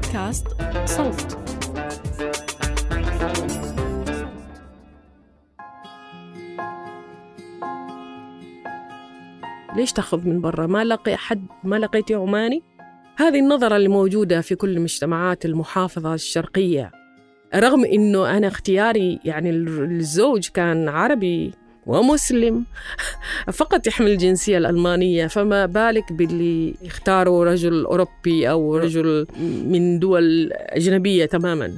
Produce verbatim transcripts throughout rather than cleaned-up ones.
بودكاست صوت. ليش تأخذ من برا؟ ما لقي أحد، ما لقيتي عماني؟ هذه النظرة اللي موجودة في كل مجتمعات المحافظة الشرقية، رغم إنه أنا اختياري يعني الزوج كان عربي ومسلم فقط يحمل الجنسية الألمانية، فما بالك باللي يختاروا رجل أوروبي أو رجل من دول أجنبية تماماً.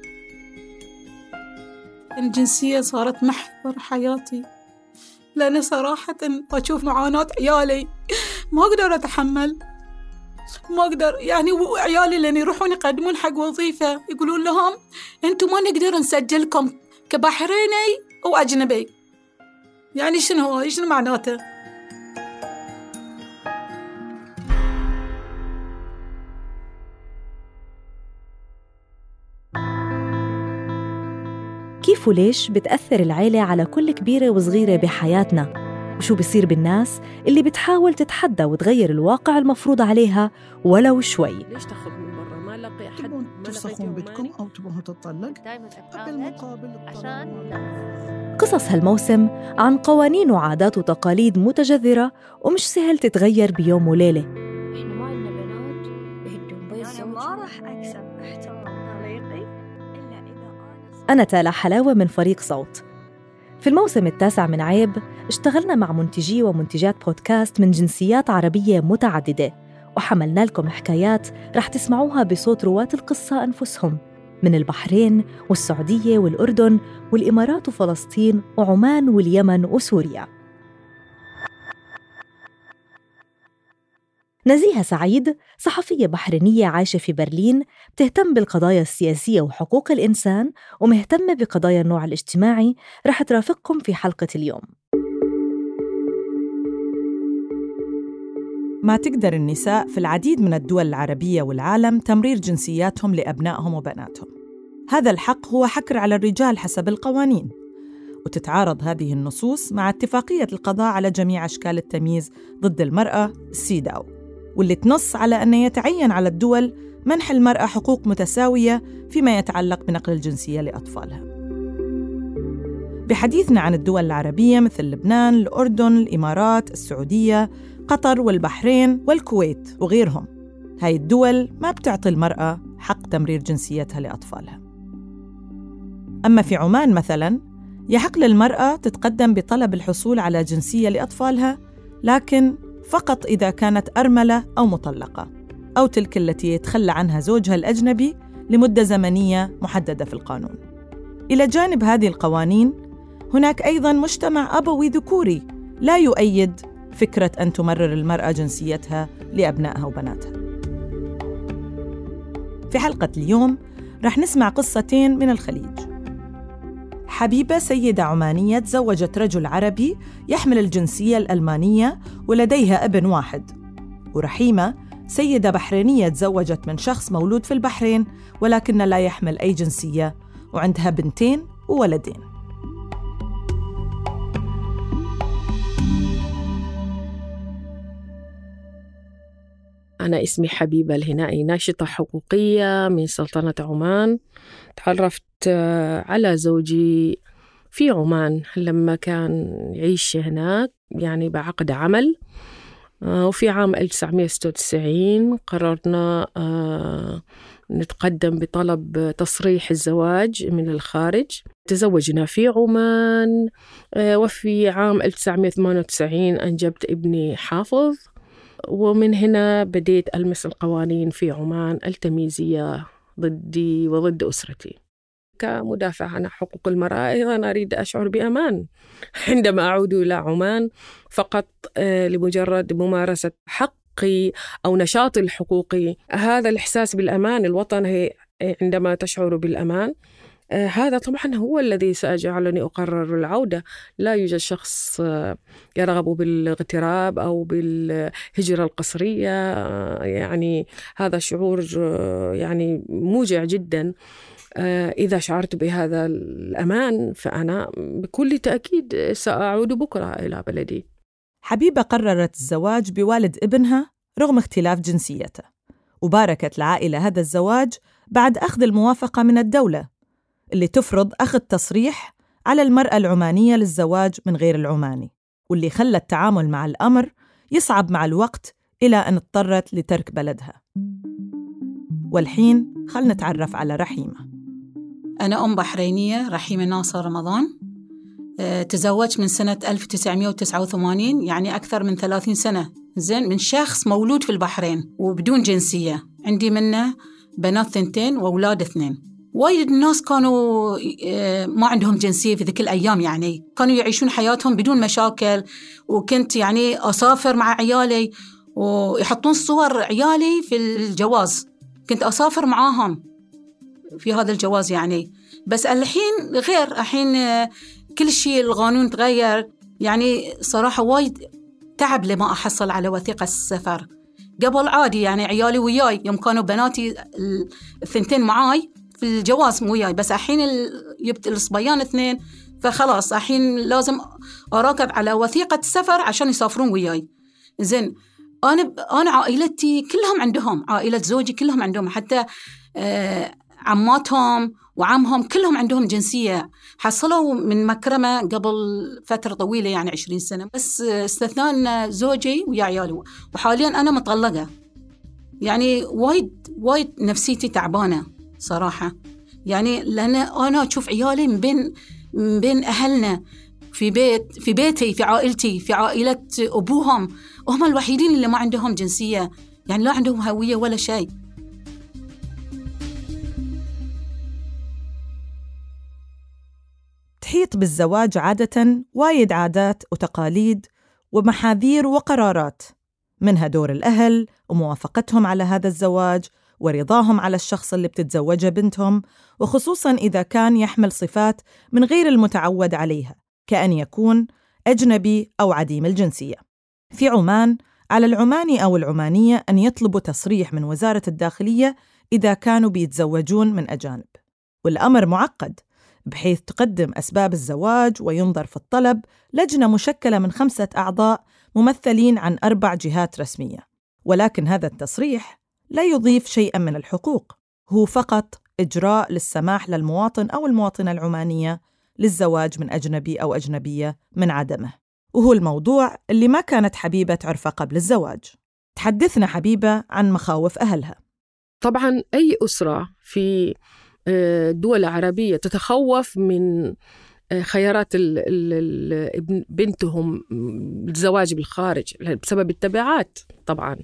الجنسية صارت محور حياتي، لأن صراحة أشوف معاناة عيالي ما أقدر أتحمل، ما أقدر يعني. عيالي لأن يروحون يقدمون حق وظيفة يقولون لهم أنتم ما نقدر نسجلكم كبحريني أو أجنبي. يعني شنو هو؟ شنو معناته؟ كيف وليش بتأثر العيلة على كل كبيرة وصغيرة بحياتنا؟ وشو بيصير بالناس اللي بتحاول تتحدى وتغير الواقع المفروض عليها ولو شوي؟ ليش تأخذ من برا؟ ما لقي أحد، تبون تفسخون بيتكم أو تبون تطلق؟ بالمقابل عشان قصص هالموسم عن قوانين وعادات وتقاليد متجذرة ومش سهل تتغير بيوم وليلة. إحنا ما عندنا بنات يهدون بيت أنا ما راح أكسب احترام طليقي إلا إذا أنا أنا تالا حلاوة من فريق صوت. في الموسم التاسع من عيب اشتغلنا مع منتجي ومنتجات بودكاست من جنسيات عربية متعددة، وحملنا لكم حكايات رح تسمعوها بصوت رواة القصة أنفسهم من البحرين والسعودية والأردن والإمارات وفلسطين وعمان واليمن وسوريا. نزيهة سعيد صحفية بحرينية عايشة في برلين، بتهتم بالقضايا السياسية وحقوق الإنسان ومهتمة بقضايا النوع الاجتماعي، رح ترافقكم في حلقة اليوم. ما تقدر النساء في العديد من الدول العربية والعالم تمرير جنسياتهم لأبنائهم وبناتهم. هذا الحق هو حكر على الرجال حسب القوانين، وتتعارض هذه النصوص مع اتفاقية القضاء على جميع أشكال التمييز ضد المرأة السيداو، واللي تنص على أن يتعين على الدول منح المرأة حقوق متساوية فيما يتعلق بنقل الجنسية لأطفالها. بحديثنا عن الدول العربية مثل لبنان، الأردن، الإمارات، السعودية، قطر والبحرين والكويت وغيرهم، هاي الدول ما بتعطي المرأة حق تمرير جنسيتها لأطفالها. أما في عمان مثلاً، يحق للمرأة تتقدم بطلب الحصول على جنسية لأطفالها، لكن فقط إذا كانت أرملة أو مطلقة، أو تلك التي يتخلى عنها زوجها الأجنبي لمدة زمنية محددة في القانون. إلى جانب هذه القوانين، هناك أيضاً مجتمع أبوي ذكوري لا يؤيد فكرة أن تمرر المرأة جنسيتها لأبنائها وبناتها. في حلقة اليوم رح نسمع قصتين من الخليج. حبيبة سيدة عمانية تزوجت رجل عربي يحمل الجنسية الألمانية ولديها ابن واحد. ورحيمة سيدة بحرينية تزوجت من شخص مولود في البحرين ولكن لا يحمل أي جنسية وعندها بنتين وولدين. أنا اسمي حبيبة الهنائي، ناشطة حقوقية من سلطنة عمان. تعرفت على زوجي في عمان لما كان يعيش هناك يعني بعقد عمل، وفي عام ألف وتسعمائة وستة وتسعين قررنا نتقدم بطلب تصريح الزواج من الخارج. تزوجنا في عمان، وفي عام ألف وتسعمائة وثمانية وتسعين أنجبت ابني حافظ، ومن هنا بديت ألمس القوانين في عمان التمييزية ضدي وضد أسرتي. كمدافع عن حقوق المرأة أيضا أريد أشعر بأمان عندما أعود إلى عمان، فقط لمجرد ممارسة حقي أو نشاطي الحقوقي. هذا الإحساس بالأمان الوطني عندما تشعر بالأمان، هذا طبعا هو الذي سيجعلني أقرر العودة. لا يوجد شخص يرغب بالاغتراب أو بالهجرة القسرية، يعني هذا شعور يعني موجع جدا. إذا شعرت بهذا الأمان فأنا بكل تأكيد سأعود بكرة إلى بلدي. حبيبة قررت الزواج بوالد ابنها رغم اختلاف جنسيته، وباركت العائلة هذا الزواج بعد أخذ الموافقة من الدولة اللي تفرض أخذ تصريح على المرأة العمانية للزواج من غير العماني، واللي خلى التعامل مع الأمر يصعب مع الوقت إلى أن اضطرت لترك بلدها. والحين خلنا نتعرف على رحيمة. أنا أم بحرينية رحيمة ناصر رمضان. أه، تزوجت من سنة ألف وتسعمائة وتسعة وثمانين، يعني أكثر من ثلاثين سنة، زين، من شخص مولود في البحرين وبدون جنسية. عندي منه بنات ثنتين وأولاد اثنين. وايد الناس كانوا أه ما عندهم جنسية في ذيك الأيام، يعني كانوا يعيشون حياتهم بدون مشاكل. وكنت يعني أسافر مع عيالي ويحطون صور عيالي في الجواز، كنت أسافر معاهم في هذا الجواز يعني. بس الحين غير، الحين كل شيء القانون تغير. يعني صراحة وايد تعب لما أحصل على وثيقة السفر. قبل عادي يعني عيالي وياي، يوم كانوا بناتي الثنتين معاي في الجواز مو وياي، بس الحين جبت الصبيان اثنين، فخلاص الحين لازم أراكض على وثيقة السفر عشان يسافرون وياي. زين، أنا أنا عائلتي كلهم عندهم، عائلة زوجي كلهم عندهم، حتى آه عماتهم وعمهم كلهم عندهم جنسية. حصلوا من مكرمة قبل فترة طويلة، يعني عشرين سنة، بس استثناء زوجي ويا عيالي. وحاليا أنا مطلقة، يعني وايد وايد نفسيتي تعبانة صراحة، يعني لأن أنا أشوف عيالي من بين من بين أهلنا في بيت في بيتي في عائلتي في عائلة أبوهم، هم الوحيدين اللي ما عندهم جنسية، يعني لا عندهم هوية ولا شيء. تحيط بالزواج عادة وايد عادات وتقاليد ومحاذير وقرارات، منها دور الأهل وموافقتهم على هذا الزواج ورضاهم على الشخص اللي بتتزوجه بنتهم، وخصوصاً إذا كان يحمل صفات من غير المتعود عليها، كأن يكون أجنبي أو عديم الجنسية. في عمان على العماني أو العمانية أن يطلبوا تصريح من وزارة الداخلية إذا كانوا بيتزوجون من أجانب، والأمر معقد بحيث تقدم أسباب الزواج وينظر في الطلب لجنة مشكلة من خمسة أعضاء ممثلين عن أربع جهات رسمية. ولكن هذا التصريح لا يضيف شيئاً من الحقوق، هو فقط إجراء للسماح للمواطن أو المواطنة العمانية للزواج من أجنبي أو أجنبية من عدمه، وهو الموضوع اللي ما كانت حبيبة تعرفه قبل الزواج. تحدثنا حبيبة عن مخاوف أهلها. طبعاً أي أسرة في الدول العربية تتخوف من خيارات بنتهم الزواج بالخارج بسبب التبعات طبعاً.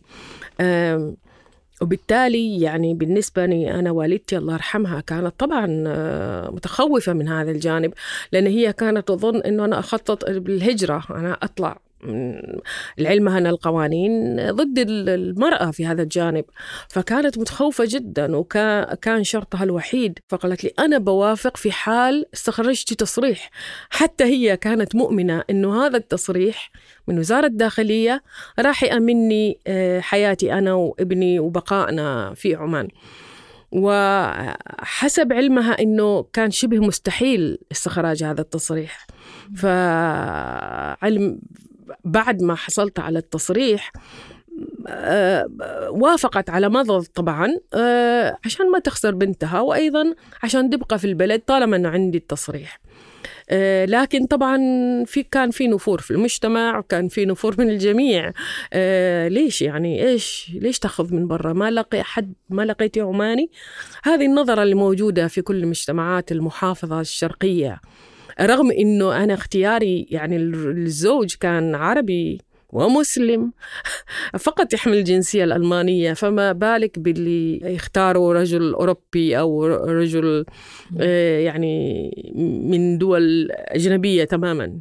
وبالتالي يعني بالنسبة لي أنا والدتي الله يرحمها كانت طبعاً متخوفة من هذا الجانب، لأن هي كانت تظن أنه أنا أخطط بالهجرة، أنا أطلع العلم أن القوانين ضد المرأة في هذا الجانب، فكانت متخوفة جدا، وكان شرطها الوحيد فقالت لي أنا بوافق في حال استخرجت تصريح. حتى هي كانت مؤمنة أنه هذا التصريح من وزارة الداخلية راح يأمنني حياتي أنا وابني وبقائنا في عمان. وحسب علمها أنه كان شبه مستحيل استخراج هذا التصريح، فعلم بعد ما حصلت على التصريح وافقت على مضض طبعا عشان ما تخسر بنتها، وأيضا عشان تبقى في البلد طالما أنه عندي التصريح. لكن طبعا في كان في نفور في المجتمع، وكان في نفور من الجميع. ليش يعني إيش ليش تأخذ من برا؟ ما لقي حد، ما لقيت عماني. هذه النظرة اللي موجودة في كل المجتمعات المحافظة الشرقية، رغم إنه أنا اختياري يعني الزوج كان عربي ومسلم فقط يحمل الجنسية الألمانية، فما بالك باللي يختاروا رجل أوروبي أو رجل يعني من دول أجنبية تماماً.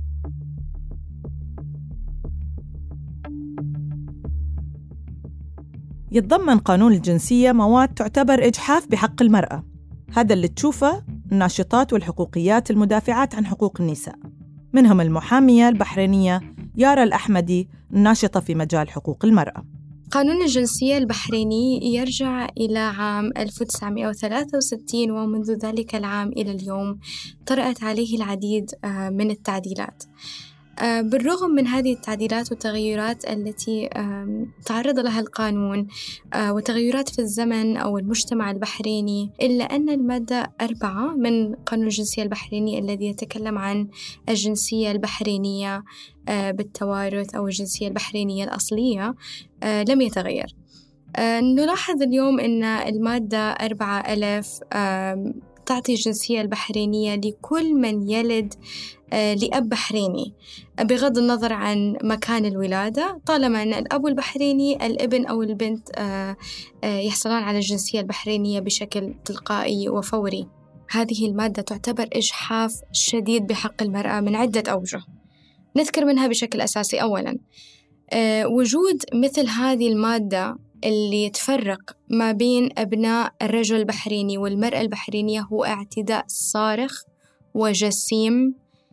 يتضمن قانون الجنسية مواد تعتبر إجحاف بحق المرأة، هذا اللي تشوفه الناشطات والحقوقيات المدافعات عن حقوق النساء، منهم المحامية البحرينية يارا الأحمدي الناشطة في مجال حقوق المرأة. قانون الجنسية البحريني يرجع إلى عام ألف وتسعمائة وثلاثة وستين، ومنذ ذلك العام إلى اليوم طرأت عليه العديد من التعديلات. بالرغم من هذه التعديلات والتغيرات التي تعرض لها القانون وتغيرات في الزمن أو المجتمع البحريني، إلا أن المادة أربعة من قانون الجنسية البحريني الذي يتكلم عن الجنسية البحرينية بالتوارث أو الجنسية البحرينية الأصلية لم يتغير. نلاحظ اليوم أن المادة أربعة ألف تعطي الجنسية البحرينية لكل من يلد لأب بحريني بغض النظر عن مكان الولادة، طالما أن الأب البحريني الابن أو البنت يحصلون على الجنسية البحرينية بشكل تلقائي وفوري. هذه المادة تعتبر إجحاف شديد بحق المرأة من عدة أوجه، نذكر منها بشكل أساسي. أولاً، وجود مثل هذه المادة اللي تفرق ما بين أبناء الرجل البحريني والمرأة البحرينية هو اعتداء صارخ وجسيم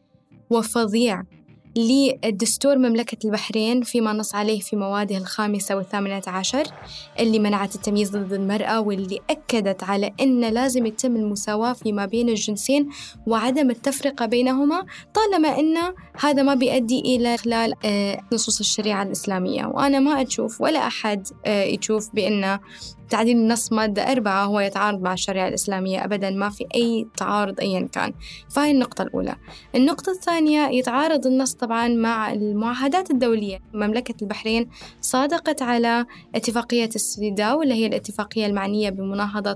وفظيع للدستور مملكة البحرين فيما نص عليه في مواده الخامسة والثامنة عشر، اللي منعت التمييز ضد المرأة واللي أكدت على أن لازم يتم المساواة فيما بين الجنسين وعدم التفرقة بينهما، طالما أن هذا ما بيؤدي إلى إخلال نصوص الشريعة الإسلامية. وأنا ما أشوف ولا أحد يشوف بأن تعديل النص مادة أربعة هو يتعارض مع الشريعة الإسلامية، أبداً ما في أي تعارض أياً كان. فهي النقطة الأولى. النقطة الثانية، يتعارض النص طبعاً مع المعاهدات الدولية. مملكة البحرين صادقت على اتفاقية السيداو، واللي هي الاتفاقية المعنية بمناهضة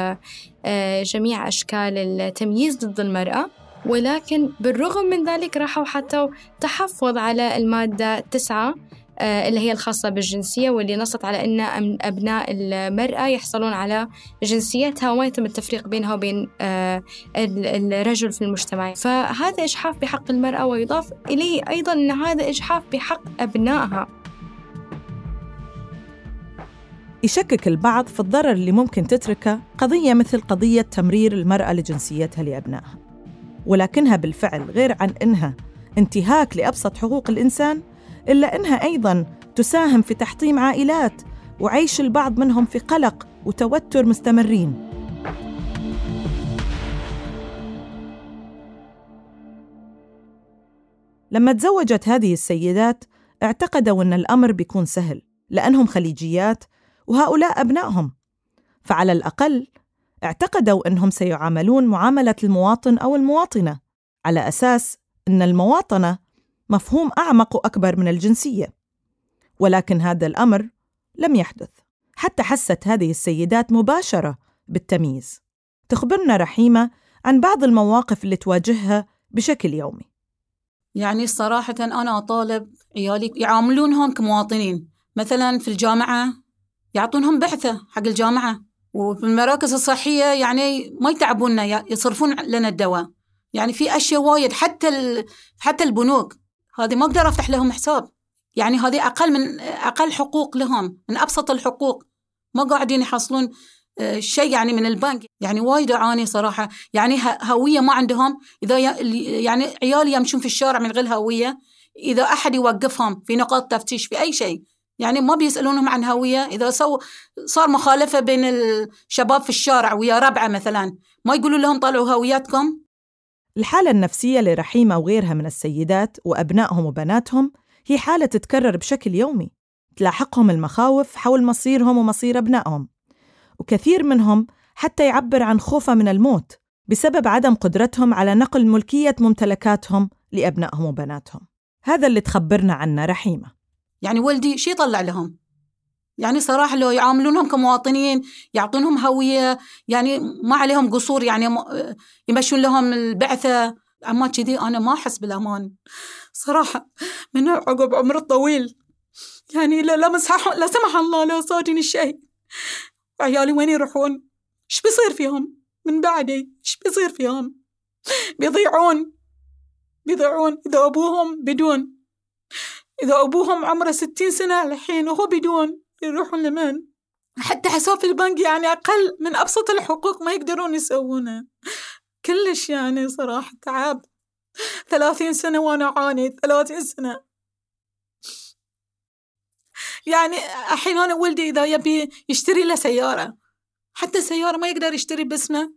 جميع أشكال التمييز ضد المرأة، ولكن بالرغم من ذلك راحوا حتى تحفظ على المادة تسعة اللي هي الخاصة بالجنسية، واللي نصت على أن أبناء المرأة يحصلون على جنسيتها وما يتم التفريق بينها وبين الرجل في المجتمع. فهذا إجحاف بحق المرأة، ويضاف إليه أيضاً أن هذا إجحاف بحق أبنائها. يشكك البعض في الضرر اللي ممكن تتركه قضية مثل قضية تمرير المرأة لجنسيتها لأبنائها، ولكنها بالفعل غير عن إنها انتهاك لأبسط حقوق الإنسان، إلا إنها أيضاً تساهم في تحطيم عائلات وعيش البعض منهم في قلق وتوتر مستمرين. لما تزوجت هذه السيدات اعتقدوا أن الأمر بيكون سهل لأنهم خليجيات وهؤلاء أبنائهم، فعلى الأقل اعتقدوا أنهم سيعاملون معاملة المواطن أو المواطنة، على أساس أن المواطنة مفهوم أعمق وأكبر من الجنسية. ولكن هذا الأمر لم يحدث، حتى حست هذه السيدات مباشرة بالتمييز. تخبرنا رحيمة عن بعض المواقف اللي تواجهها بشكل يومي. يعني صراحة أنا أطالب عيالي يعاملونهم كمواطنين. مثلا في الجامعة يعطونهم بعثة حق الجامعة، وفي المراكز الصحية يعني ما يتعبوننا، يصرفون لنا الدواء. يعني في أشياء وايد، حتى ال... حتى البنوك هذه ما أقدر أفتح لهم حساب. يعني هذه أقل من أقل حقوق لهم، من أبسط الحقوق، ما قاعدين يحصلون شيء يعني من البنك. يعني وايد أعاني صراحة. يعني هوية ما عندهم. إذا ي... يعني عيالي يمشون في الشارع من غير هوية، إذا أحد يوقفهم في نقاط تفتيش في أي شيء، يعني ما بيسألونهم عن هوية. إذا سو صار مخالفة بين الشباب في الشارع ويا ربعة مثلا، ما يقولوا لهم طلعوا هوياتكم. الحالة النفسية لرحيمة وغيرها من السيدات وأبنائهم وبناتهم هي حالة تتكرر بشكل يومي، تلاحقهم المخاوف حول مصيرهم ومصير أبنائهم، وكثير منهم حتى يعبر عن خوفه من الموت بسبب عدم قدرتهم على نقل ملكية ممتلكاتهم لأبنائهم وبناتهم. هذا اللي تخبرنا عنه رحيمة. يعني ولدي شي طلع لهم؟ يعني صراحة لو يعاملونهم كمواطنين، يعطونهم هوية، يعني ما عليهم قصور، يعني يمشون لهم البعثة. أما كذي أنا ما أحس بالأمان صراحة. من عقب عمر الطويل يعني لا لا مسح لا سمح الله لا صادني الشيء، عيالي وين يروحون؟ إيش بيصير فيهم من بعدي؟ إيش بيصير فيهم؟ بيضيعون بيضيعون إذا أبوهم بدون، إذا أبوهم عمره ستين سنة الحين وهو بدون، يروحون لمن؟ حتى حساب في البنك يعني أقل من أبسط الحقوق ما يقدرون يسوونه. كلش يعني صراحة تعب. ثلاثين سنة وأنا أعاني، ثلاثين سنة. يعني الحين أنا ولدي إذا يبي يشتري له سيارة، حتى سيارة ما يقدر يشتري باسمه.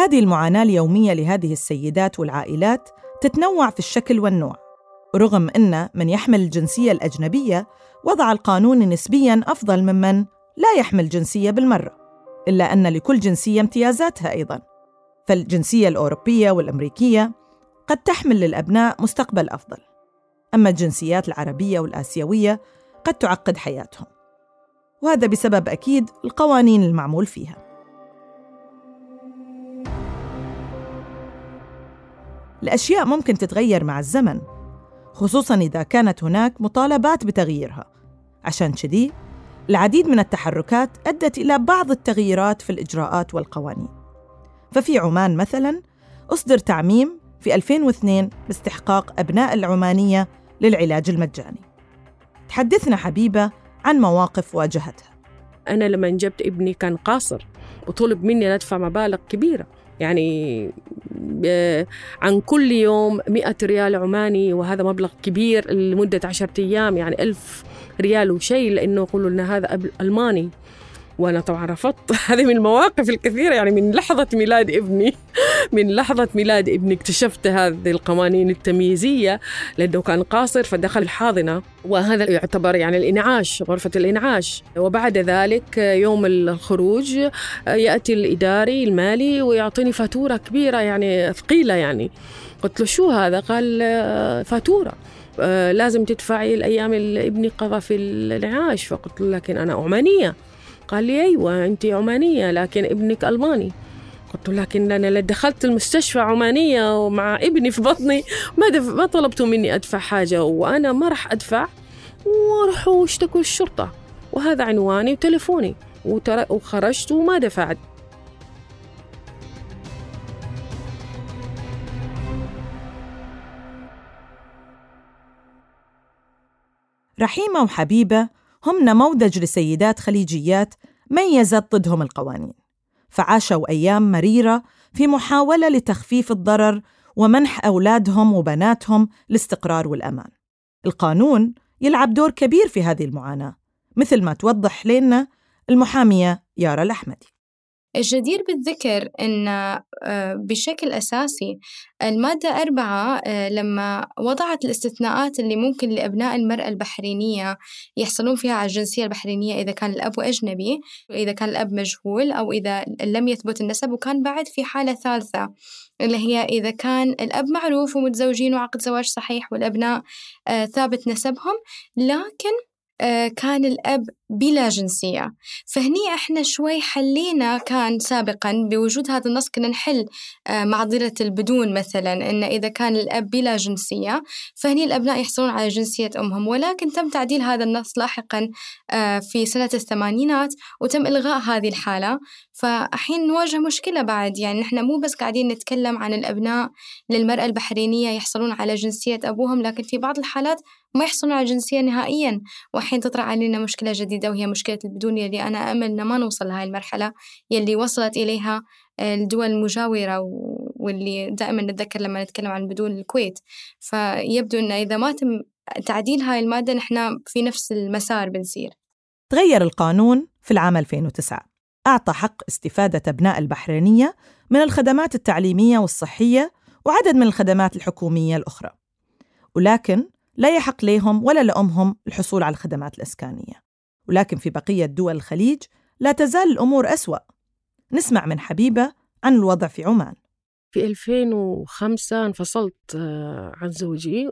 وهذه المعاناة اليومية لهذه السيدات والعائلات تتنوع في الشكل والنوع، رغم أن من يحمل الجنسية الأجنبية وضع القانون نسبياً أفضل ممن لا يحمل جنسية بالمرة، إلا أن لكل جنسية امتيازاتها أيضاً. فالجنسية الأوروبية والأمريكية قد تحمل للأبناء مستقبل أفضل، أما الجنسيات العربية والآسيوية قد تعقد حياتهم، وهذا بسبب أكيد القوانين المعمول فيها. الأشياء ممكن تتغير مع الزمن، خصوصاً إذا كانت هناك مطالبات بتغييرها. عشان كذي العديد من التحركات أدت إلى بعض التغييرات في الإجراءات والقوانين. ففي عمان مثلاً أصدر تعميم في ألفين واثنين باستحقاق أبناء العمانية للعلاج المجاني. تحدثنا حبيبة عن مواقف واجهتها. أنا لما جبت ابني كان قاصر وطلب مني أن أدفع مبالغ كبيرة، يعني عن كل يوم مئة ريال عماني، وهذا مبلغ كبير لمدة عشرة أيام، يعني ألف ريال وشيء، لأنه يقولوا لنا هذا ألماني. وأنا طبعا رفضت. هذه من المواقف الكثيرة، يعني من لحظة ميلاد ابني من لحظة ميلاد ابني اكتشفت هذه القوانين التمييزية، لأنه كان قاصر فدخل الحاضنة، وهذا يعتبر يعني الإنعاش، غرفة الإنعاش. وبعد ذلك يوم الخروج يأتي الإداري المالي ويعطيني فاتورة كبيرة، يعني ثقيلة. يعني قلت له شو هذا؟ قال فاتورة لازم تدفعي الأيام اللي ابني قضى في الإنعاش. فقلت له لكن أنا عمانية. قال لي أيوة أنت عمانية لكن ابنك ألماني. قلت له لكن أنا اللي دخلت المستشفى عمانية ومع ابني في بطني، ما, دف... ما طلبتوا مني أدفع حاجة، وأنا ما رح أدفع، ورحوا اشتكوا الشرطة، وهذا عنواني وتلفوني، وتر... وخرجت وما دفعت. رحيمة وحبيبة هم نموذج لسيدات خليجيات ميزت ضدهم القوانين، فعاشوا أيام مريرة في محاولة لتخفيف الضرر ومنح أولادهم وبناتهم الاستقرار والأمان. القانون يلعب دور كبير في هذه المعاناة، مثل ما توضح لنا المحامية يارا الأحمدي. الجدير بالذكر أن بشكل أساسي المادة أربعة لما وضعت الاستثناءات اللي ممكن لأبناء المرأة البحرينية يحصلون فيها على الجنسية البحرينية إذا كان الأب أجنبي، وإذا كان الأب مجهول، أو إذا لم يثبت النسب، وكان بعد في حالة ثالثة اللي هي إذا كان الأب معروف ومتزوجين وعقد زواج صحيح والأبناء ثابت نسبهم، لكن كان الأب بلا جنسية. فهني إحنا شوي حلينا، كان سابقاً بوجود هذا النص كنا نحل معضلة البدون مثلاً، إن إذا كان الأب بلا جنسية فهني الأبناء يحصلون على جنسية أمهم، ولكن تم تعديل هذا النص لاحقاً في سنة الثمانينات وتم إلغاء هذه الحالة. فأحين نواجه مشكلة بعد، يعني نحن مو بس قاعدين نتكلم عن الأبناء للمرأة البحرينية يحصلون على جنسية أبوهم، لكن في بعض الحالات ما يحصلون على جنسية نهائياً. وحين تطرح علينا مشكلة جديدة وهي مشكلة البدون، يلي أنا أمل أن ما نوصل لهاي المرحلة يلي وصلت إليها الدول المجاورة، واللي دائما نتذكر لما نتكلم عن بدون الكويت. فيبدو أن إذا ما تم تعديل هاي المادة نحن في نفس المسار بنسير. تغير القانون في العام ألفين وتسعة، أعطى حق استفادة أبناء البحرينية من الخدمات التعليمية والصحية وعدد من الخدمات الحكومية الأخرى، ولكن لا يحق لهم ولا لأمهم الحصول على الخدمات الإسكانية. ولكن في بقية دول الخليج لا تزال الأمور أسوأ. نسمع من حبيبة عن الوضع في عمان. في ألفين وخمسة انفصلت عن زوجي،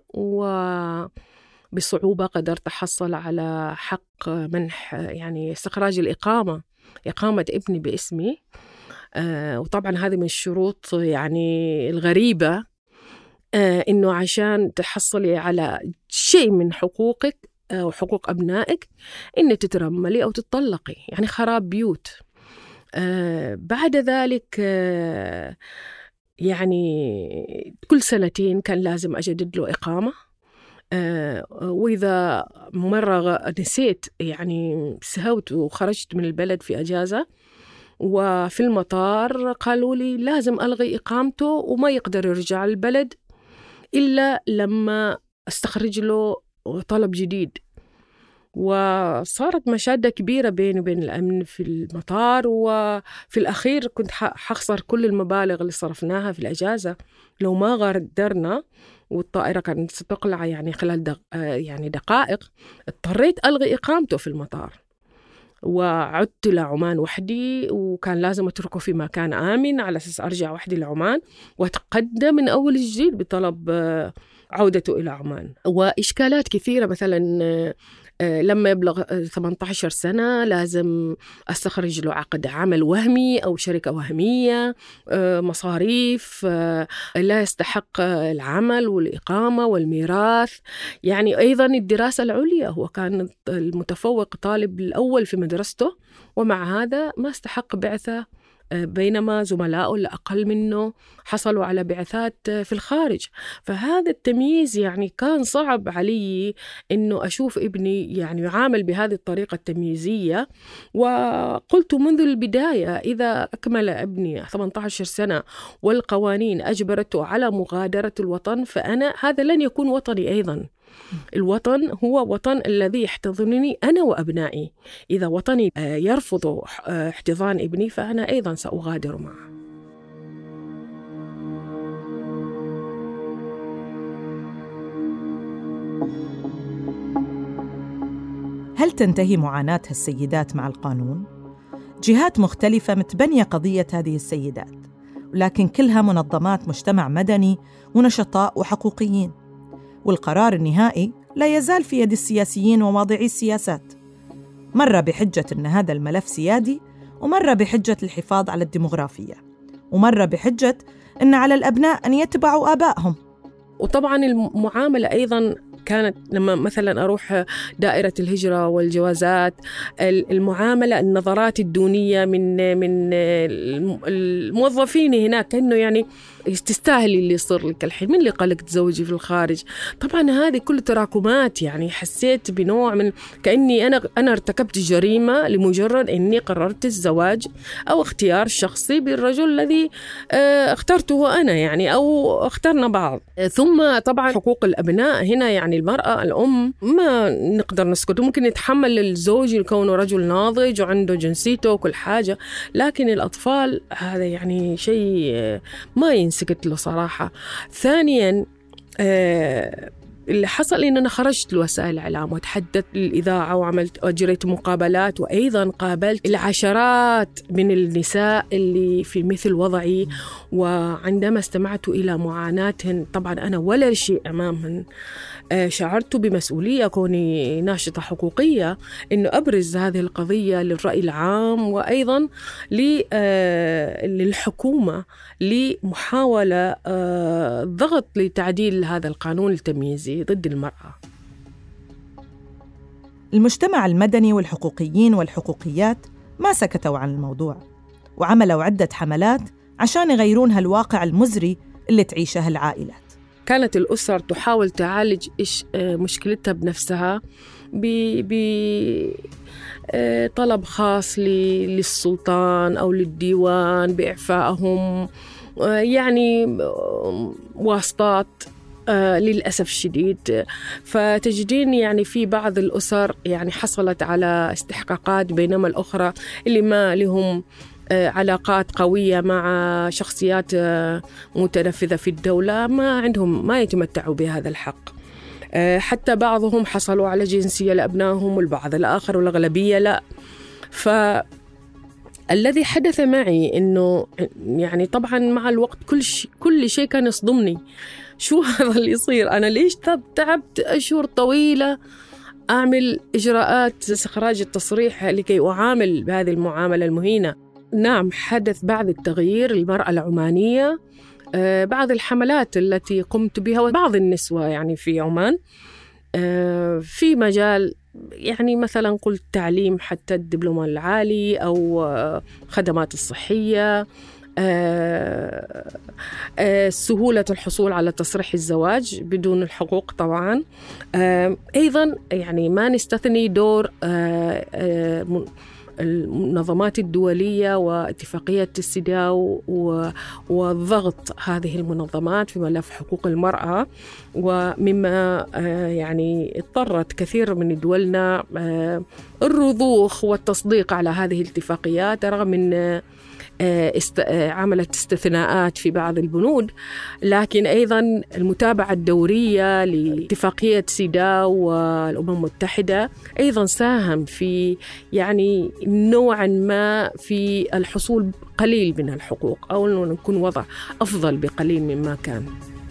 وبصعوبة قدرت أحصل على حق منح يعني استخراج الإقامة، إقامة ابني باسمي. وطبعا هذه من الشروط يعني الغريبة، إنه عشان تحصلي على شيء من حقوقك وحقوق أبنائك إن تترملي أو تتطلقي، يعني خراب بيوت. بعد ذلك يعني كل سنتين كان لازم أجدد له إقامة، وإذا مرة نسيت يعني سهوت وخرجت من البلد في أجازة، وفي المطار قالوا لي لازم ألغي إقامته وما يقدر يرجع البلد إلا لما استخرج له طلب جديد. وصارت مشادة كبيرة بيني وبين الأمن في المطار، وفي الأخير كنت حخسر كل المبالغ اللي صرفناها في الأجازة لو ما غادرنا، والطائرة كانت ستقلع يعني خلال دق... يعني دقائق. اضطريت ألغي إقامته في المطار وعدت لعمان وحدي، وكان لازم أتركه في مكان آمن على أساس أرجع وحدي لعمان وأتقدم من أول جديد بطلب عودته إلى عمان. وإشكالات كثيرة، مثلا لما يبلغ ثمانية عشر سنة لازم أستخرج له عقد عمل وهمي أو شركة وهمية، مصاريف، لا يستحق العمل والإقامة والميراث. يعني أيضا الدراسة العليا، هو كان المتفوق طالب الأول في مدرسته، ومع هذا ما استحق بعثة، بينما زملائه اللي أقل منه حصلوا على بعثات في الخارج. فهذا التمييز يعني كان صعب علي إنه أشوف ابني يعني يعامل بهذه الطريقة التمييزية. وقلت منذ البداية إذا أكمل ابني ثمانية عشر سنة والقوانين أجبرته على مغادرة الوطن، فأنا هذا لن يكون وطني أيضا. الوطن هو وطن الذي يحتضنني أنا وأبنائي. إذا وطني يرفض احتضان ابني فأنا أيضا سأغادر معه. هل تنتهي معاناة السيدات مع القانون؟ جهات مختلفة متبنية قضية هذه السيدات، ولكن كلها منظمات مجتمع مدني ونشطاء وحقوقيين، والقرار النهائي لا يزال في يد السياسيين وواضعي السياسات، مرة بحجة أن هذا الملف سيادي، ومرة بحجة الحفاظ على الديمغرافية، ومرة بحجة أن على الأبناء أن يتبعوا آبائهم. وطبعا المعاملة أيضا كانت لما مثلا أروح دائرة الهجرة والجوازات، المعاملة النظرات الدونية من من الموظفين هناك، كأنه يعني تستاهلي اللي يصير لك الحين، من اللي قالك تزوجي في الخارج. طبعا هذه كل تراكمات، يعني حسيت بنوع من كأني أنا أنا ارتكبت جريمة لمجرد أني قررت الزواج أو اختيار شخصي بالرجل الذي اخترته أنا، يعني أو اخترنا بعض. ثم طبعا حقوق الأبناء هنا، يعني المرأة الأم ما نقدر نسكت، ممكن نتحمل الزوج كونه رجل ناضج وعنده جنسيته وكل حاجة، لكن الأطفال هذا يعني شيء ما ينسكت له صراحة. ثانياً آه اللي حصل إن أنا خرجت لوسائل الإعلام وتحدثت للإذاعة وعملت وأجريت مقابلات، وأيضاً قابلت العشرات من النساء اللي في مثل وضعي، وعندما استمعت إلى معاناتهن طبعاً أنا ولا شيء أمامهن، شعرت بمسؤولية كوني ناشطة حقوقية إنه أبرز هذه القضية للرأي العام، وأيضاً للحكومة لمحاولة ضغط لتعديل هذا القانون التمييزي ضد المرأة. المجتمع المدني والحقوقيين والحقوقيات ما سكتوا عن الموضوع، وعملوا عدة حملات عشان يغيرون هالواقع المزري اللي تعيشه العائلات. كانت الأسر تحاول تعالج إيش مشكلتها بنفسها بطلب خاص للسلطان أو للديوان بإعفائهم، يعني واسطات للأسف الشديد. فتجدين يعني في بعض الأسر يعني حصلت على استحقاقات، بينما الأخرى اللي ما لهم علاقات قوية مع شخصيات متنفذة في الدولة ما عندهم ما يتمتعوا بهذا الحق. حتى بعضهم حصلوا على جنسية لأبنائهم والبعض الآخر والأغلبية لا. فالذي حدث معي إنه يعني طبعا مع الوقت كل شيء كل شيء كان يصدمني. شو هذا اللي يصير؟ أنا ليش تعبت أشهر طويلة أعمل إجراءات استخراج التصريح لكي أعامل بهذه المعاملة المهينة؟ نعم حدث بعض التغيير. المرأة العمانية بعض الحملات التي قمت بها وبعض النسوة يعني في عمان في مجال يعني مثلا قلت تعليم حتى الدبلوم العالي أو خدمات الصحية، سهولة الحصول على تصريح الزواج بدون الحقوق طبعا. أيضا يعني ما نستثني دور المنظمات الدولية واتفاقية السيداو وضغط هذه المنظمات في ملف حقوق المرأة، ومما يعني اضطرت كثير من دولنا الرضوخ والتصديق على هذه الاتفاقيات، رغم أن است... عملت استثناءات في بعض البنود، لكن أيضا المتابعة الدورية لاتفاقية سيداو والأمم المتحدة أيضا ساهم في يعني نوعا ما في الحصول قليل من الحقوق، أو أنه نكون وضع أفضل بقليل مما كان.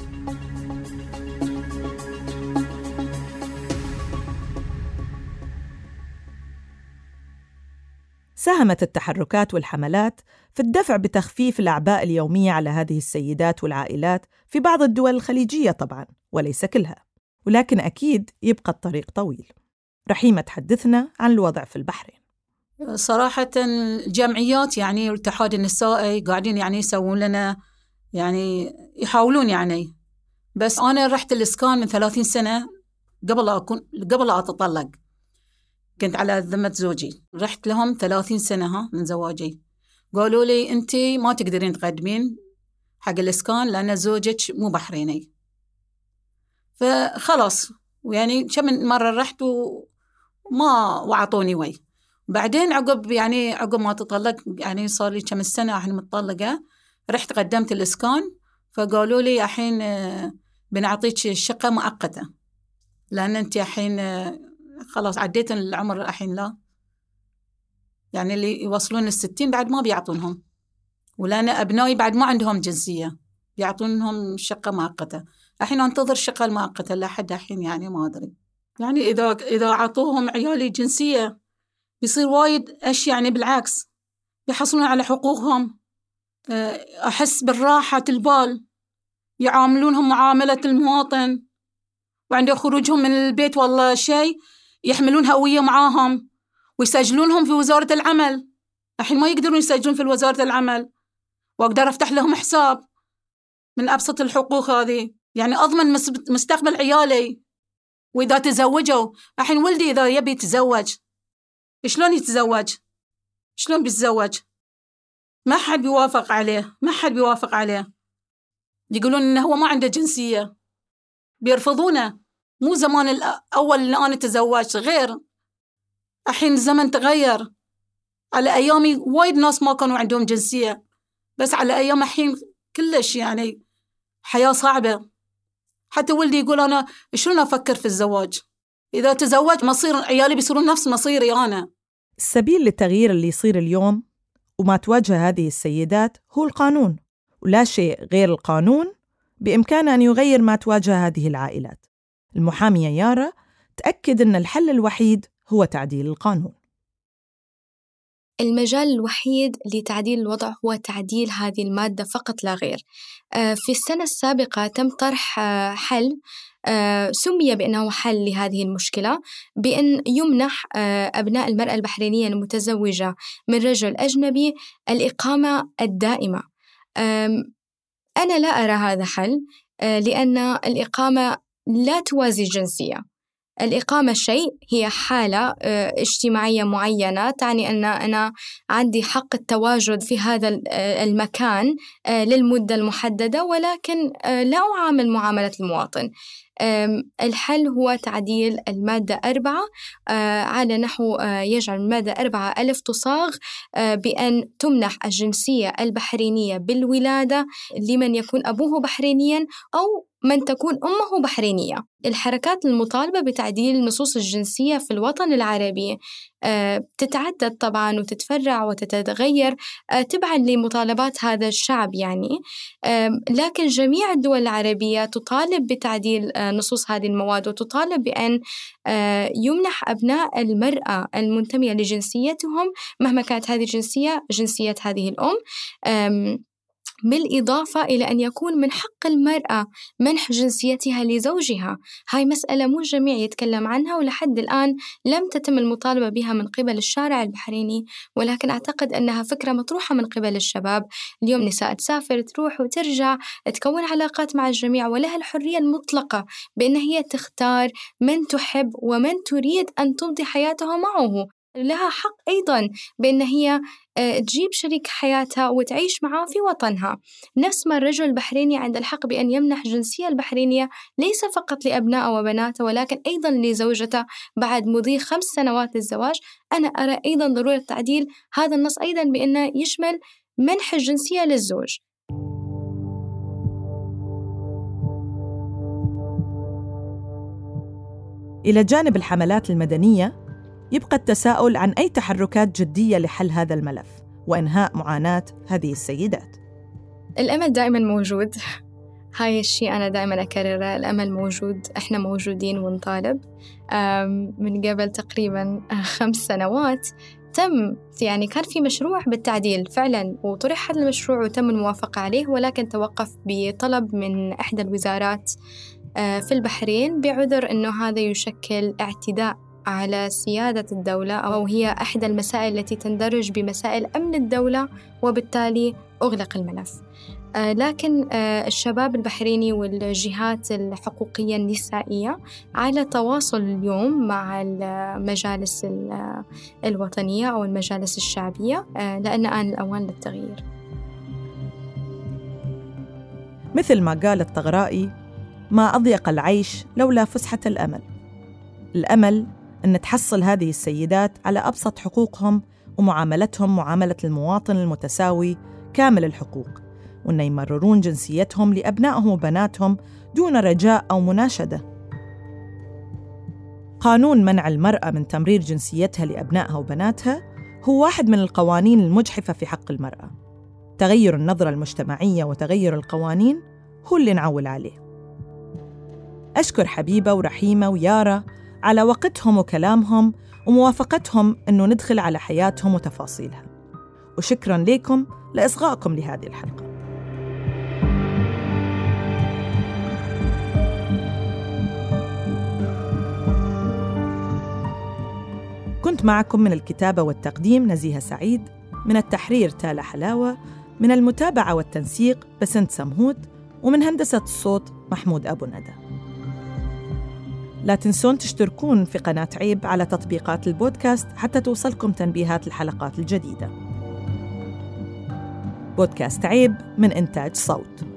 ساهمت التحركات والحملات في الدفع بتخفيف الأعباء اليومية على هذه السيدات والعائلات في بعض الدول الخليجية طبعاً، وليس كلها، ولكن أكيد يبقى الطريق طويل. رحيمة تحدثنا عن الوضع في البحرين. صراحة الجمعيات يعني الاتحاد النسائي قاعدين يعني يسوون لنا يعني يحاولون يعني، بس أنا رحت الإسكان من ثلاثين سنة قبل أكون قبل أتطلق، كنت على ذمة زوجي، رحت لهم ثلاثين سنة ها من زواجي، قالوا لي أنتي ما تقدرين تقدمين حق الإسكان لأن زوجك مو بحريني. فخلاص ويعني كم من مرة رحت وما وعطوني وي. بعدين عقب يعني عقب ما تطلق يعني صار لي كم سنة الحين متطلقة، رحت قدمت الإسكان، فقالوا لي الحين بنعطيك الشقة مؤقتة لأن أنتي الحين خلاص عديت العمر الحين، لا يعني اللي يوصلون الستين بعد ما بيعطونهم، ولأن أبنائي بعد ما عندهم جنسية بيعطونهم شقة مؤقتة. الحين أنتظر الشقة المؤقتة لحد الحين يعني ما أدري، يعني إذا إذا عطوهم عيالي جنسية بيصير وايد أشياء يعني بالعكس بيحصلون على حقوقهم، أحس بالراحة البال، يعاملونهم معاملة المواطن، وعند خروجهم من البيت والله شيء يحملون هوية معاهم ويسجلونهم في وزارة العمل. الحين ما يقدرون يسجلون في وزارة العمل، وأقدر أفتح لهم حساب من أبسط الحقوق هذه، يعني أضمن مستقبل عيالي. وإذا تزوجوا الحين ولدي إذا يبي يتزوج شلون يتزوج؟ شلون بيتزوج؟ ما حد بيوافق عليه، ما حد بيوافق عليه، يقولون إنه هو ما عنده جنسية، بيرفضونه. مو زمان الأول اللي أنا تزوجت غير، الحين الزمن تغير. على أيامي وايد ناس ما كانوا عندهم جنسية، بس على أيام الحين كلش يعني حياة صعبة. حتى ولدي يقول أنا شلون أفكر في الزواج؟ إذا تزوج مصير عيالي بيصيرون نفس مصيري أنا. السبيل للتغيير اللي يصير اليوم وما تواجه هذه السيدات هو القانون، ولا شيء غير القانون بإمكانه أن يغير ما تواجه هذه العائلات. المحامية يارا تأكد أن الحل الوحيد هو تعديل القانون. المجال الوحيد لتعديل الوضع هو تعديل هذه المادة فقط لا غير. في السنة السابقة تم طرح حل سمي بأنه حل لهذه المشكلة، بأن يمنح أبناء المرأة البحرينية المتزوجة من رجل أجنبي الإقامة الدائمة. أنا لا أرى هذا حل، لأن الإقامة لا توازي جنسية. الإقامة شيء، هي حالة اجتماعية معينة تعني أن أنا عندي حق التواجد في هذا المكان للمدة المحددة، ولكن لا أعامل معاملة المواطن. الحل هو تعديل المادة أربعة على نحو يجعل المادة أربعة ألف تصاغ بأن تمنح الجنسية البحرينية بالولادة لمن يكون أبوه بحرينيا أو من تكون أمه بحرينية. الحركات المطالبة بتعديل نصوص الجنسية في الوطن العربي تتعدد طبعاً وتتفرع وتتغير تبعاً لمطالبات هذا الشعب يعني، لكن جميع الدول العربية تطالب بتعديل نصوص هذه المواد، وتطالب بأن يمنح أبناء المرأة المنتمية لجنسيتهم مهما كانت هذه الجنسية جنسية هذه الأم، بالإضافة إلى أن يكون من حق المرأة منح جنسيتها لزوجها. هاي مسألة مو الجميع يتكلم عنها، ولحد الآن لم تتم المطالبة بها من قبل الشارع البحريني، ولكن أعتقد أنها فكرة مطروحة من قبل الشباب. اليوم نساء تسافر تروح وترجع تكون علاقات مع الجميع، ولها الحرية المطلقة بأن هي تختار من تحب ومن تريد أن تمضي حياتها معه. لها حق أيضاً بأن هي تجيب شريك حياتها وتعيش معه في وطنها، نفس ما الرجل البحريني عنده الحق بأن يمنح الجنسية البحرينية ليس فقط لأبنائه وبناته ولكن أيضاً لزوجته بعد مضي خمس سنوات للزواج. أنا أرى أيضاً ضرورة تعديل هذا النص أيضاً بأنه يشمل منح الجنسية للزوج. إلى جانب الحملات المدنية، يبقى التساؤل عن أي تحركات جدية لحل هذا الملف وإنهاء معاناة هذه السيدات. الأمل دائماً موجود، هاي الشيء أنا دائماً أكرره، الأمل موجود، إحنا موجودين ونطالب. من قبل تقريباً خمس سنوات تم يعني كان في مشروع بالتعديل فعلاً وطرح هذا المشروع وتم الموافقة عليه، ولكن توقف بطلب من إحدى الوزارات في البحرين بعذر أنه هذا يشكل اعتداء على سيادة الدولة، أو هي إحدى المسائل التي تندرج بمسائل أمن الدولة، وبالتالي أغلق الملف. لكن الشباب البحريني والجهات الحقوقية النسائية على تواصل اليوم مع المجالس الوطنية أو المجالس الشعبية، لأن آن الأوان للتغيير. مثل ما قال الطغرائي: ما أضيق العيش لولا فسحة الأمل. الأمل أن تحصل هذه السيدات على أبسط حقوقهم ومعاملتهم معاملة المواطن المتساوي كامل الحقوق، وأن يمررون جنسيتهم لأبنائهم وبناتهم دون رجاء أو مناشدة. قانون منع المرأة من تمرير جنسيتها لأبنائها وبناتها هو واحد من القوانين المجحفة في حق المرأة. تغير النظرة المجتمعية وتغير القوانين هو اللي نعول عليه. أشكر حبيبة ورحيمة ويارا على وقتهم وكلامهم وموافقتهم أنه ندخل على حياتهم وتفاصيلها، وشكراً لكم لإصغائكم لهذه الحلقة. كنت معكم من الكتابة والتقديم نزيهة سعيد، من التحرير تالا حلاوة، من المتابعة والتنسيق بسنت سمهوت، ومن هندسة الصوت محمود أبو ندى. لا تنسون تشتركون في قناة عيب على تطبيقات البودكاست حتى توصلكم تنبيهات الحلقات الجديدة. بودكاست عيب من إنتاج صوت.